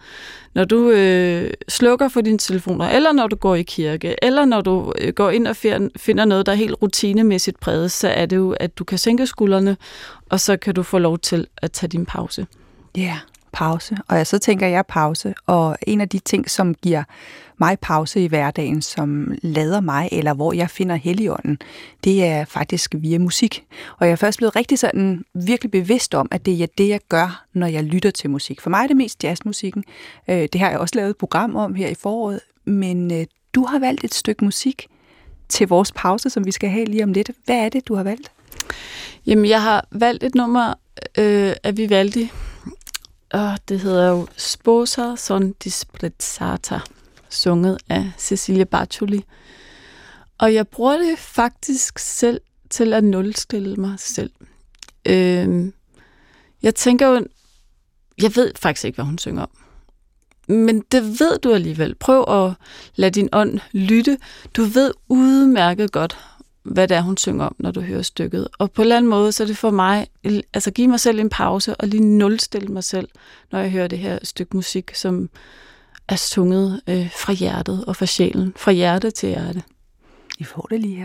Når du øh, slukker for dine telefoner, eller når du går i kirke, eller når du øh, går ind og finder noget, der er helt rutinemæssigt præget, så er det jo, at du kan sænke skuldrene, og så kan du få lov til at tage din pause. Ja, yeah, pause. Og jeg så tænker jeg pause, og en af de ting, som giver mig pause i hverdagen, som lader mig, eller hvor jeg finder Helligånden, det er faktisk via musik. Og jeg er først blevet rigtig sådan virkelig bevidst om, at det er det, jeg gør, når jeg lytter til musik. For mig er det mest jazzmusikken. Det har jeg også lavet et program om her i foråret, men du har valgt et stykke musik til vores pause, som vi skal have lige om lidt. Hvad er det, du har valgt? Jamen, jeg har valgt et nummer øh, af Vivaldi, og det hedder jo Sposa son disprezzata, sunget af Cecilia Bartoli. Og jeg bruger det faktisk selv til at nulstille mig selv. Øh, jeg tænker jo, jeg ved faktisk ikke, hvad hun synger om. Men det ved du alligevel. Prøv at lade din ånd lytte. Du ved udmærket godt, hvad det er, hun synger om, når du hører stykket. Og på en eller anden måde, så er det for mig, altså give mig selv en pause, og lige nulstille mig selv, når jeg hører det her stykke musik, som er sunget øh, fra hjertet og fra sjælen. Fra hjerte til hjerte. I får det lige her.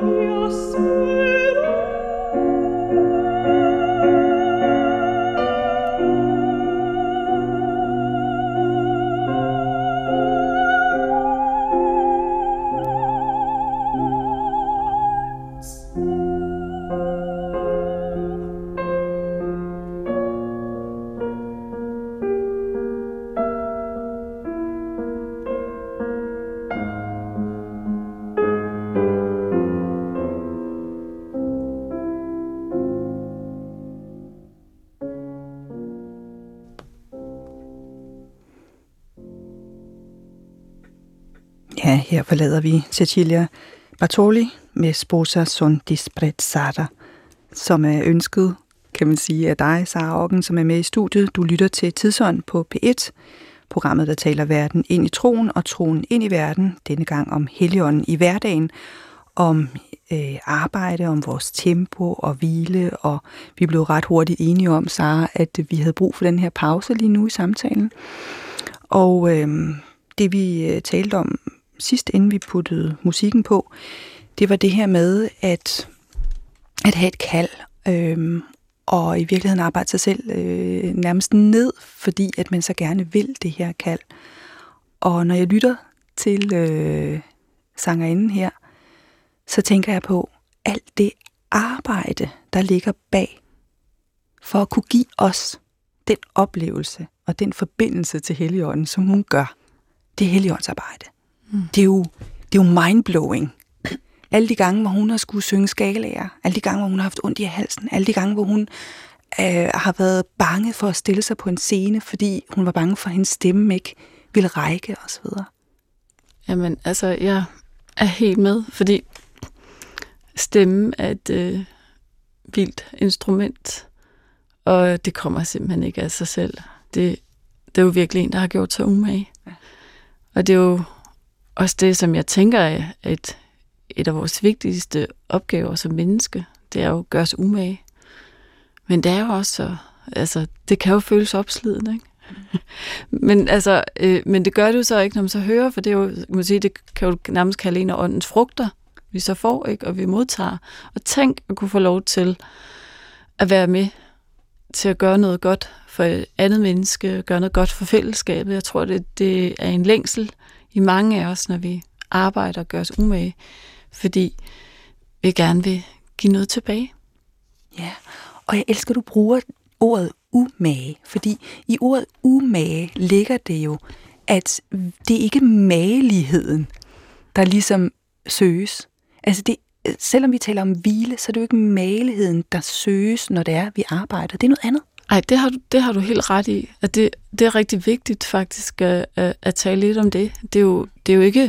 Ja, her forlader vi Cecilia Bartoli med Sposa son disprezzata, som er ønsket, kan man sige, af dig, Sara Oggen, som er med i studiet. Du lytter til Tidsånd på P et, programmet, der taler verden ind i troen og troen ind i verden, denne gang om Helligånden i hverdagen, om øh, arbejde, om vores tempo og hvile, og vi blev ret hurtigt enige om, Sara, at vi havde brug for den her pause lige nu i samtalen. Og øh, det vi øh, talte om sidst, inden vi puttede musikken på, det var det her med at, at have et kald, øh, og i virkeligheden arbejde sig selv øh, nærmest ned, fordi at man så gerne vil det her kald. Og når jeg lytter til øh, sangerinden her, så tænker jeg på alt det arbejde, der ligger bag, for at kunne give os den oplevelse og den forbindelse til Helligånden, som hun gør. Det er Helligåndsarbejde. Mm. Det er jo, det er jo mindblowing. Alle de gange, hvor hun har skulle synge skalaer, alle de gange, hvor hun har haft ondt i halsen, alle de gange, hvor hun øh, har været bange for at stille sig på en scene, fordi hun var bange for, at hendes stemme ikke ville række osv. Jamen, altså, jeg er helt med, fordi stemmen er et øh, vildt instrument, og det kommer simpelthen ikke af sig selv. Det, det er jo virkelig en, der har gjort sig umage. Ja. Og det er jo også det, som jeg tænker er et, et af vores vigtigste opgaver som menneske, det er jo at gøre sig umage. Men det er jo også så, altså, det kan jo føles opslidende, ikke? men, altså, øh, men det gør det jo så ikke, når man så hører, for det er jo, man må sige, det kan jo nærmest kalde en af åndens frugter, vi så får, ikke, og vi modtager. Og tænk at kunne få lov til at være med til at gøre noget godt for et andet menneske, gøre noget godt for fællesskabet. Jeg tror, det, det er en længsel i mange af os, når vi arbejder og gør os umage, fordi vi gerne vil give noget tilbage. Ja, og jeg elsker, at du bruger ordet umage, fordi i ordet umage ligger det jo, at det ikke er mageligheden, der ligesom søges. Altså det, selvom vi taler om hvile, så er det jo ikke mageligheden, der søges, når det er, vi arbejder. Det er noget andet. Ej, det har du, det har du helt ret i. At det, det er rigtig vigtigt faktisk at, at, at tale lidt om det. Det er jo, det er jo ikke...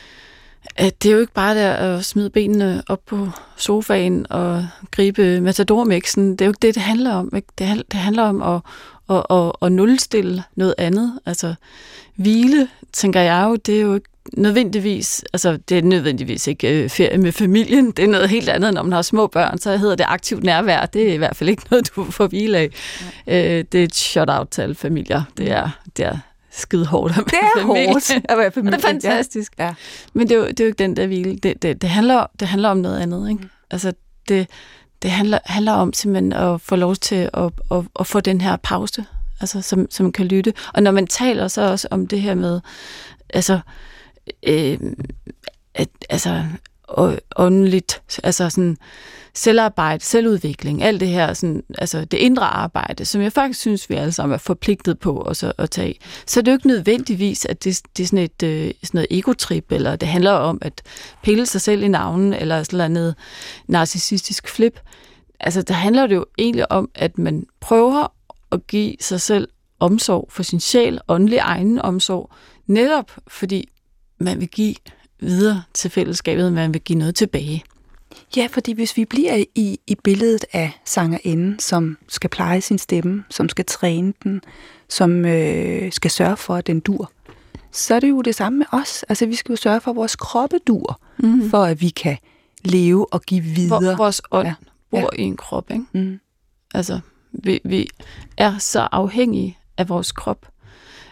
Det er jo ikke bare der at smide benene op på sofaen og gribe matadormixen. Det er jo ikke det, det handler om. Ikke? Det, handler, det handler om at, at, at, at nulstille noget andet. Altså, hvile, tænker jeg jo, det er jo ikke nødvendigvis, altså det er nødvendigvis ikke øh, ferie med familien. Det er noget helt andet, når man har små børn, så hedder det aktivt nærvær. Det er i hvert fald ikke noget, du får hvile af. Øh, det er et shout-out til alle familier. Det er... Det er skide hårdt at være det er familie. hårdt at være familie. Det er fantastisk. Ja. Men det er, jo, det er jo ikke den der hvile. Det, det, det, handler, det handler om noget andet. Ikke? Mm. Altså det, det handler, handler om simpelthen at få lov til at, at, at få den her pause, altså, som, som kan lytte. Og når man taler så også om det her med altså, øh, at, altså åndeligt, altså sådan selvarbejde, selvudvikling, alt det her, sådan, altså det indre arbejde, som jeg faktisk synes, vi alle sammen er forpligtet på også at tage. Så det er jo ikke nødvendigvis, at det, det er sådan et øh, sådan noget egotrip, eller det handler om at pille sig selv i navnen, eller sådan noget narcissistisk flip. Altså, der handler det jo egentlig om, at man prøver at give sig selv omsorg for sin sjæl, åndelig egen omsorg, netop fordi man vil give videre til fællesskabet, man vil give noget tilbage. Ja, fordi hvis vi bliver i, i billedet af sangerinden, som skal pleje sin stemme, som skal træne den, som øh, skal sørge for, at den dur, så er det jo det samme med os. Altså, vi skal jo sørge for, at vores kroppe dur, mm-hmm. for at vi kan leve og give videre. Hvor, vores ånd ja. bor ja. i en krop, ikke? Mm. Altså, vi, vi er så afhængige af vores krop.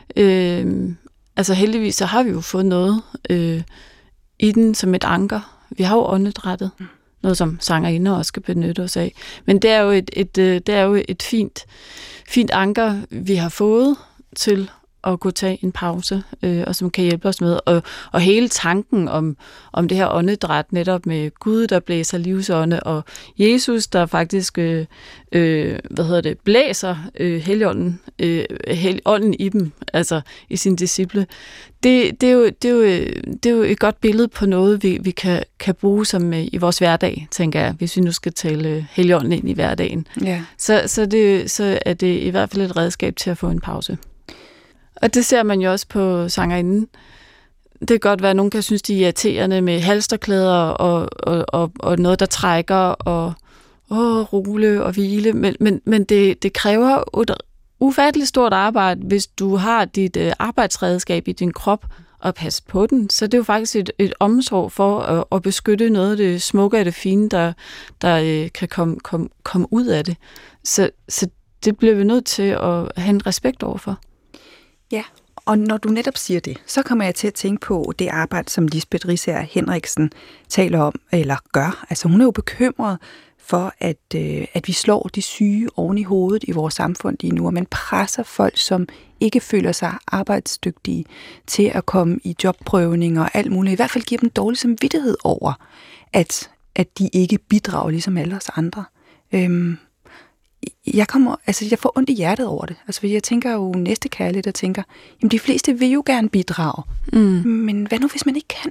Øh, altså, heldigvis så har vi jo fået noget øh, i den som et anker. vi har jo åndedrættet, mm. noget som sangerinder også skal benytte os af. Men det er jo et, et, det er jo et fint, fint anker, vi har fået til at kunne tage en pause, øh, og som kan hjælpe os med. Og, og hele tanken om, om det her åndedræt, netop med Gud, der blæser livsånde, og Jesus, der faktisk øh, øh, hvad hedder det, blæser øh, Helligånden, øh, Helligånden i dem, altså i sine disciple. Det, det, er jo, det, er jo, det er jo et godt billede på noget, vi, vi kan, kan bruge som øh, i vores hverdag, tænker jeg, hvis vi nu skal tale Helligånden ind i hverdagen. Ja. Så, så, det, så er det i hvert fald et redskab til at få en pause. Og det ser man jo også på sangerinden. Det kan godt være, at nogen kan synes, de er irriterende med halsterklæder og, og, og, og noget, der trækker, og åh, rule og hvile. Men, men, men det, det kræver et ufatteligt stort arbejde, hvis du har dit øh, arbejdsredskab i din krop og passe på den. Så det er jo faktisk et, et omsorg for at, at beskytte noget af det smukke og det fine, der, der øh, kan komme, komme, komme ud af det. Så, så det bliver vi nødt til at have en respekt overfor. Ja, og når du netop siger det, så kommer jeg til at tænke på det arbejde, som Lisbeth Riisager Henriksen taler om, eller gør. Altså hun er jo bekymret for, at, øh, at vi slår de syge oven i hovedet i vores samfund lige nu, og man presser folk, som ikke føler sig arbejdsdygtige, til at komme i jobprøvninger og alt muligt. I hvert fald giver dem dårlig samvittighed over, at, at de ikke bidrager ligesom alle os andre. Øhm, Jeg kommer, altså jeg får ondt i hjertet over det. Altså jeg tænker jo næstekærligt og tænker, jamen de fleste vil jo gerne bidrage. Mm. Men hvad nu, hvis man ikke kan?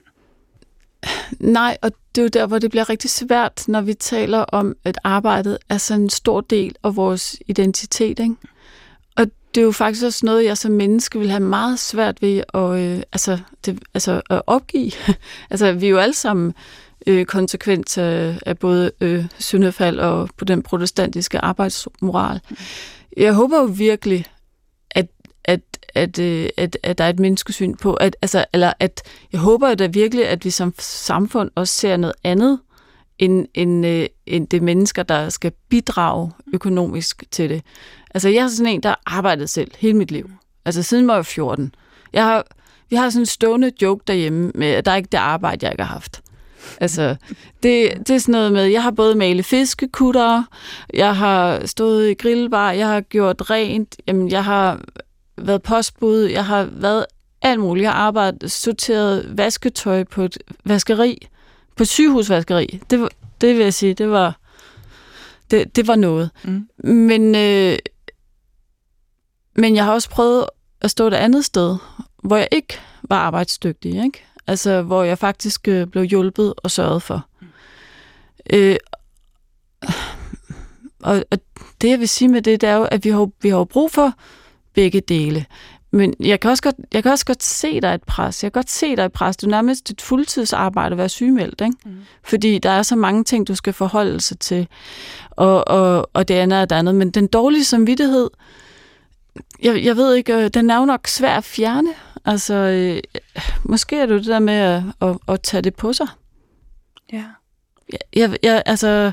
Nej, og det er jo der, hvor det bliver rigtig svært, når vi taler om, at arbejdet er sådan en stor del af vores identitet, ikke? Og det er jo faktisk også noget, jeg som menneske vil have meget svært ved at, øh, altså, det, altså, at opgive. Altså vi er jo alle sammen Øh, konsekvens af, af både øh, syndefald og på den protestantiske arbejdsmoral. Jeg håber jo virkelig, at, at, at, øh, at, at der er et menneskesyn på, at, altså, eller at jeg håber da virkelig, at vi som samfund også ser noget andet, end, end, øh, end det mennesker, der skal bidrage økonomisk til det. Altså jeg er sådan en, der har arbejdet selv hele mit liv. Altså siden jeg var fjorten. Jeg har, vi har sådan en stående joke derhjemme med, at der er ikke det arbejde, jeg ikke har haft. Altså, det, det er sådan noget med, jeg har både malet fiskekutter, jeg har stået i grillbar, jeg har gjort rent, jamen, jeg har været postbud, jeg har været alt muligt. Jeg har arbejdet, sorteret vasketøj på et vaskeri, på et sygehusvaskeri. Det, det vil jeg sige, det var, det, det var noget. Mm. Men, øh, men jeg har også prøvet at stå et andet sted, hvor jeg ikke var arbejdsdygtig, ikke? Altså, hvor jeg faktisk øh, blev hjulpet og sørget for. Mm. Øh, og, og det, jeg vil sige med det, det er jo, at vi har, vi har brug for begge dele. Men jeg kan, også godt, jeg kan også godt se, der er et pres. Jeg kan godt se, der er et pres. Det er nærmest et fuldtidsarbejde at være sygemeldt, ikke? Mm. Fordi der er så mange ting, du skal forholde sig til. Og, og, og det andet er det andet. Men den dårlige samvittighed, jeg, jeg ved ikke, den er jo nok svær at fjerne. Altså, øh, måske er det det der med at, at, at tage det på sig. Ja. Jeg, jeg, jeg altså...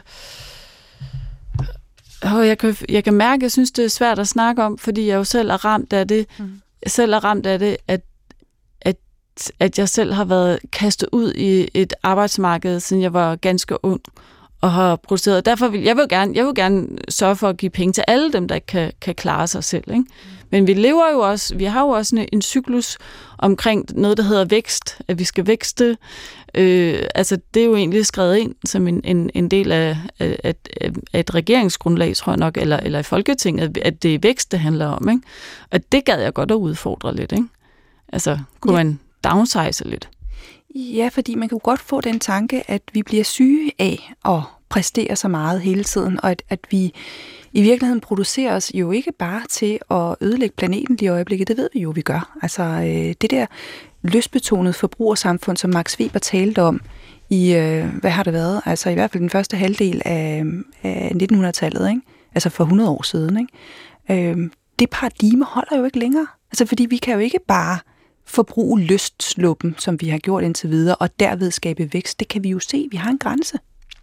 Jeg kan, jeg kan mærke, at jeg synes, det er svært at snakke om, fordi jeg jo selv er ramt af det. Mm. Jeg selv er ramt af det, at, at, at jeg selv har været kastet ud i et arbejdsmarked, siden jeg var ganske ung og har produceret. Derfor vil jeg vil gerne, jeg vil gerne sørge for at give penge til alle dem, der ikke kan, kan klare sig selv, ikke? Mm. Men vi lever jo også, vi har jo også en, en cyklus omkring noget, der hedder vækst, at vi skal vækste. Øh, altså, det er jo egentlig skrevet ind som en, en, en del af, af, af, af et regeringsgrundlag, tror jeg nok, eller, eller i Folketinget, at det er vækst, det handler om, ikke? Og det gad jeg godt at udfordre lidt, ikke? Altså, kunne ja. man downsize lidt? Ja, fordi man kan jo godt få den tanke, at vi bliver syge af at præstere så meget hele tiden, og at, at vi i virkeligheden producerer os jo ikke bare til at ødelægge planeten lige i øjeblikket, det ved vi jo, vi gør. Altså øh, det der lystbetonede forbrugersamfund, som Max Weber talte om i, øh, hvad har det været? Altså i hvert fald den første halvdel af, af nittenhundredetallet, ikke? Altså for hundrede år siden, ikke? Øh, det paradigme holder jo ikke længere. Altså fordi vi kan jo ikke bare forbruge lystsluppen, som vi har gjort indtil videre, og derved skabe vækst. Det kan vi jo se. Vi har en grænse.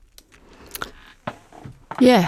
Ja. Yeah.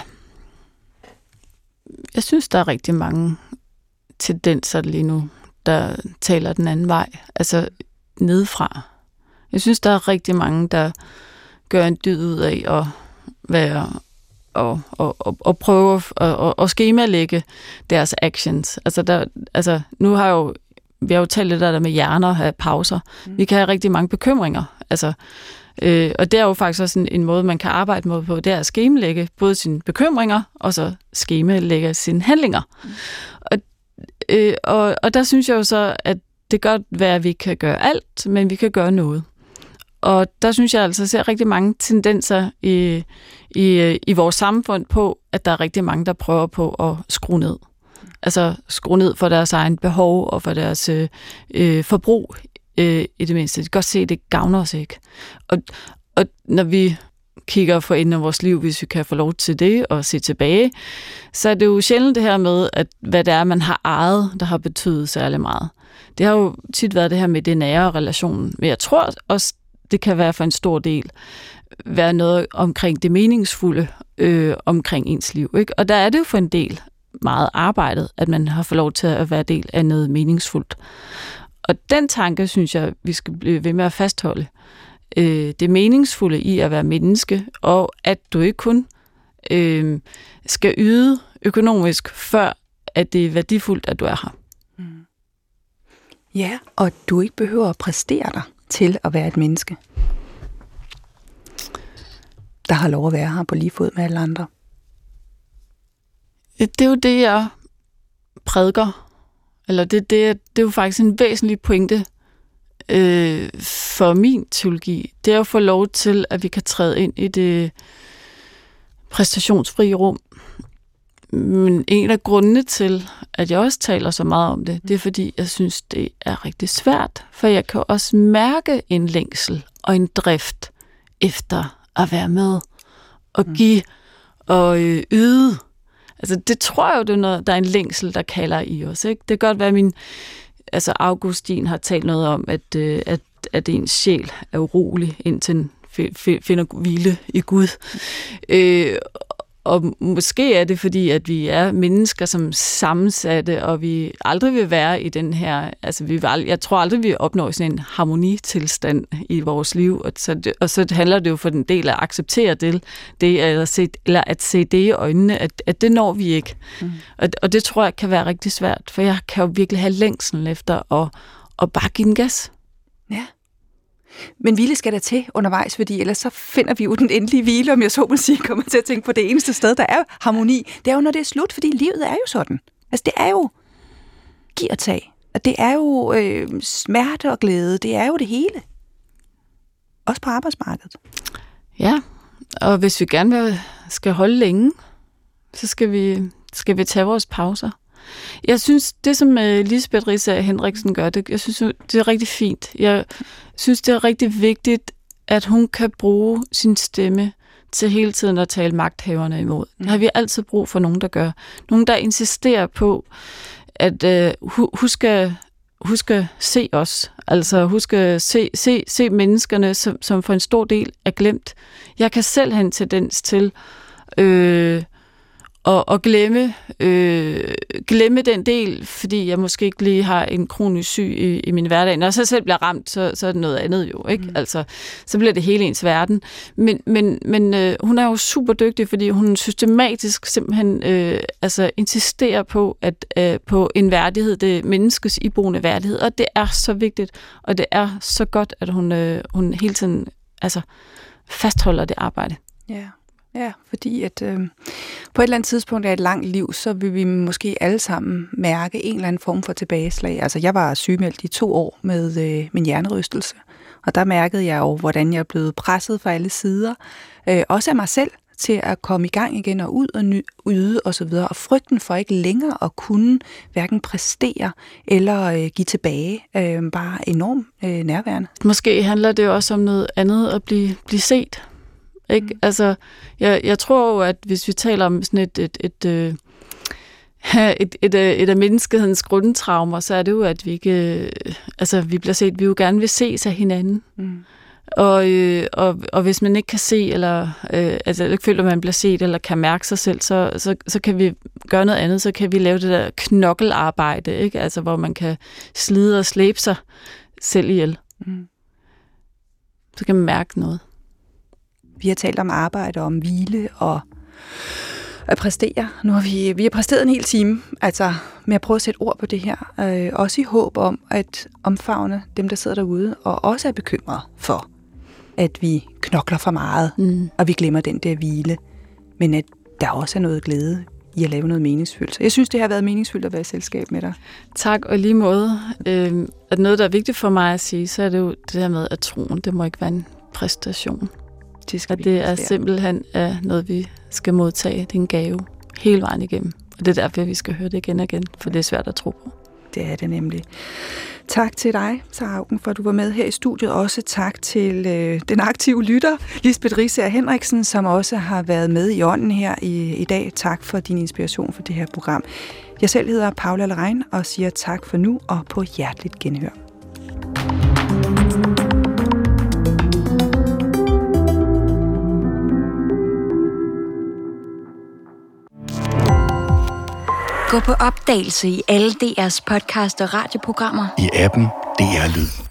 Jeg synes, der er rigtig mange tendenser lige nu, der taler den anden vej. Altså nedefra. Jeg synes, der er rigtig mange, der, gøre en dyd ud af at være og, og, og, og prøve at og skemalægge deres actions. Altså, der, altså nu har jo vi har jo talt lidt der med hjerner af pauser. Mm. Vi kan have rigtig mange bekymringer. Altså, øh, og det er jo faktisk også en, en måde, man kan arbejde med på, det er at skemalægge både sine bekymringer, og så skemalægge sine handlinger. Mm. Og, øh, og, og der synes jeg jo så, at det kan godt være, at vi kan gøre alt, men vi kan gøre noget. Og der synes jeg altså, at jeg ser rigtig mange tendenser i, i, i vores samfund på, at der er rigtig mange, der prøver på at skrue ned. Altså skrue ned for deres egen behov og for deres øh, forbrug øh, i det mindste. Det kan godt se, at det gavner os ikke. Og, og når vi kigger for enden af vores liv, hvis vi kan få lov til det og se tilbage, så er det jo sjældent det her med, at hvad det er, man har ejet, der har betydet særlig meget. Det har jo tit været det her med det nære relationen. Men jeg tror også, det kan være for en stor del være noget omkring det meningsfulde øh, omkring ens liv. Ikke? Og der er det jo for en del meget arbejdet, at man har fået lov til at være del af noget meningsfuldt. Og den tanke, synes jeg, vi skal blive ved med at fastholde. Øh, det meningsfulde i at være menneske, og at du ikke kun øh, skal yde økonomisk, før at det er værdifuldt, at du er her. Mm. Ja, og du ikke behøver at præstere dig til at være et menneske, der har lov at være her på lige fod med alle andre. Det er jo det, jeg prædiker. Eller det, det, det er jo faktisk en væsentlig pointe øh, for min teologi. Det er at få lov til, at vi kan træde ind i det præstationsfrie rum. Men en af grundene til, at jeg også taler så meget om det, det er fordi, jeg synes, det er rigtig svært. For jeg kan også mærke en længsel og en drift efter at være med og give og øh, yde. Altså, det tror jeg jo, det er noget, der er en længsel, der kalder i os. Ikke? Det kan godt være, at min, altså Augustin har talt noget om, at, øh, at, at ens sjæl er urolig, indtil den finder hvile i Gud. Øh, og måske er det, fordi at vi er mennesker som sammensatte, og vi aldrig vil være i den her, altså vi vil aldrig, jeg tror aldrig, vi opnår sådan en harmonitilstand i vores liv, og så, det, og så handler det jo for den del at acceptere det, det eller, se, eller at se det i øjnene, at, at det når vi ikke. Mm. Og, og det tror jeg kan være rigtig svært, for jeg kan jo virkelig have længsel efter at, at bare give den gas. Ja. Men hvile skal der til undervejs, fordi ellers så finder vi jo den endelige hvile, om jeg så må sige, kommer til at tænke på det eneste sted, der er harmoni. Det er jo, når det er slut, fordi livet er jo sådan. Altså det er jo giv og tag. Og det er jo øh, smerte og glæde. Det er jo det hele. Også på arbejdsmarkedet. Ja, og hvis vi gerne vil, skal holde længe, så skal vi, skal vi tage vores pauser. Jeg synes, det som Lisbeth Risa Henriksen gør, det, jeg synes, det er rigtig fint. Jeg synes, det er rigtig vigtigt, at hun kan bruge sin stemme til hele tiden at tale magthaverne imod. Det har vi altid brug for nogen, der gør. Nogen, der insisterer på, at øh, husk at husk at se os. Altså husk at se, se, se menneskerne, som, som for en stor del er glemt. Jeg kan selv have en tendens til øh, Og, og glemme, øh, glemme den del, fordi jeg måske ikke lige har en kronisk syg i, i min hverdag. Når jeg så selv bliver ramt, så, så er det noget andet jo, ikke? Mm. Altså, så bliver det hele ens verden. Men, men, men øh, hun er jo super dygtig, fordi hun systematisk simpelthen øh, altså, insisterer på, at øh, på en værdighed, det menneskes iboende værdighed, og det er så vigtigt, og det er så godt, at hun, øh, hun hele tiden altså, fastholder det arbejde. Ja. Yeah. Ja, fordi at øh, på et eller andet tidspunkt af et langt liv, så vil vi måske alle sammen mærke en eller anden form for tilbageslag. Altså jeg var sygemeldt i to år med øh, min hjernerystelse, og der mærkede jeg jo, hvordan jeg blev presset fra alle sider, øh, også af mig selv, til at komme i gang igen og ud og ny, yde og så videre. Og frygten for ikke længere at kunne hverken præstere eller øh, give tilbage, øh, bare enormt øh, nærværende. Måske handler det også om noget andet at blive, blive set. Ikke? Mm. Altså, jeg, jeg tror jo, at hvis vi taler om sådan et, et, et, et, et, et, et af menneskehedens grundtraumer, så er det jo, at vi ikke, altså, vi bliver set, vi jo gerne vil ses af hinanden. Mm. Og, øh, og, og hvis man ikke kan se, eller øh, altså, ikke føler, at man bliver set, eller kan mærke sig selv, så, så, så kan vi gøre noget andet, så kan vi lave det der knokkelarbejde, ikke? Altså, hvor man kan slide og slæbe sig selv ihjel. Mm. Så kan man mærke noget. Vi har talt om arbejde, om hvile og at præstere. Nu har vi, vi har præsteret en hel time, altså med at prøve at sætte ord på det her. Øh, også i håb om at omfavne dem, der sidder derude, og også er bekymret for, at vi knokler for meget, mm. og vi glemmer den der hvile. Men at der også er noget glæde i at lave noget meningsfyldt. Så jeg synes, det har været meningsfyldt at være i selskab med dig. Tak, og lige måde. Øh, at noget, der er vigtigt for mig at sige, så er det jo det der med, at troen, det må ikke være en præstation. Det skal at det er simpelthen er noget, vi skal modtage. Det er en gave hele vejen igennem. Og det er derfor, vi skal høre det igen og igen, for det er svært at tro på. Det er det nemlig. Tak til dig, Sara Auken, for at du var med her i studiet. Også tak til øh, den aktive lytter, Lisbeth Riisager Henriksen, som også har været med i ånden her i, i dag. Tak for din inspiration for det her program. Jeg selv hedder Paula Larrain og siger tak for nu og på hjerteligt genhør. Gå på opdagelse i alle D R's podcast og radioprogrammer. I appen D R Lyd.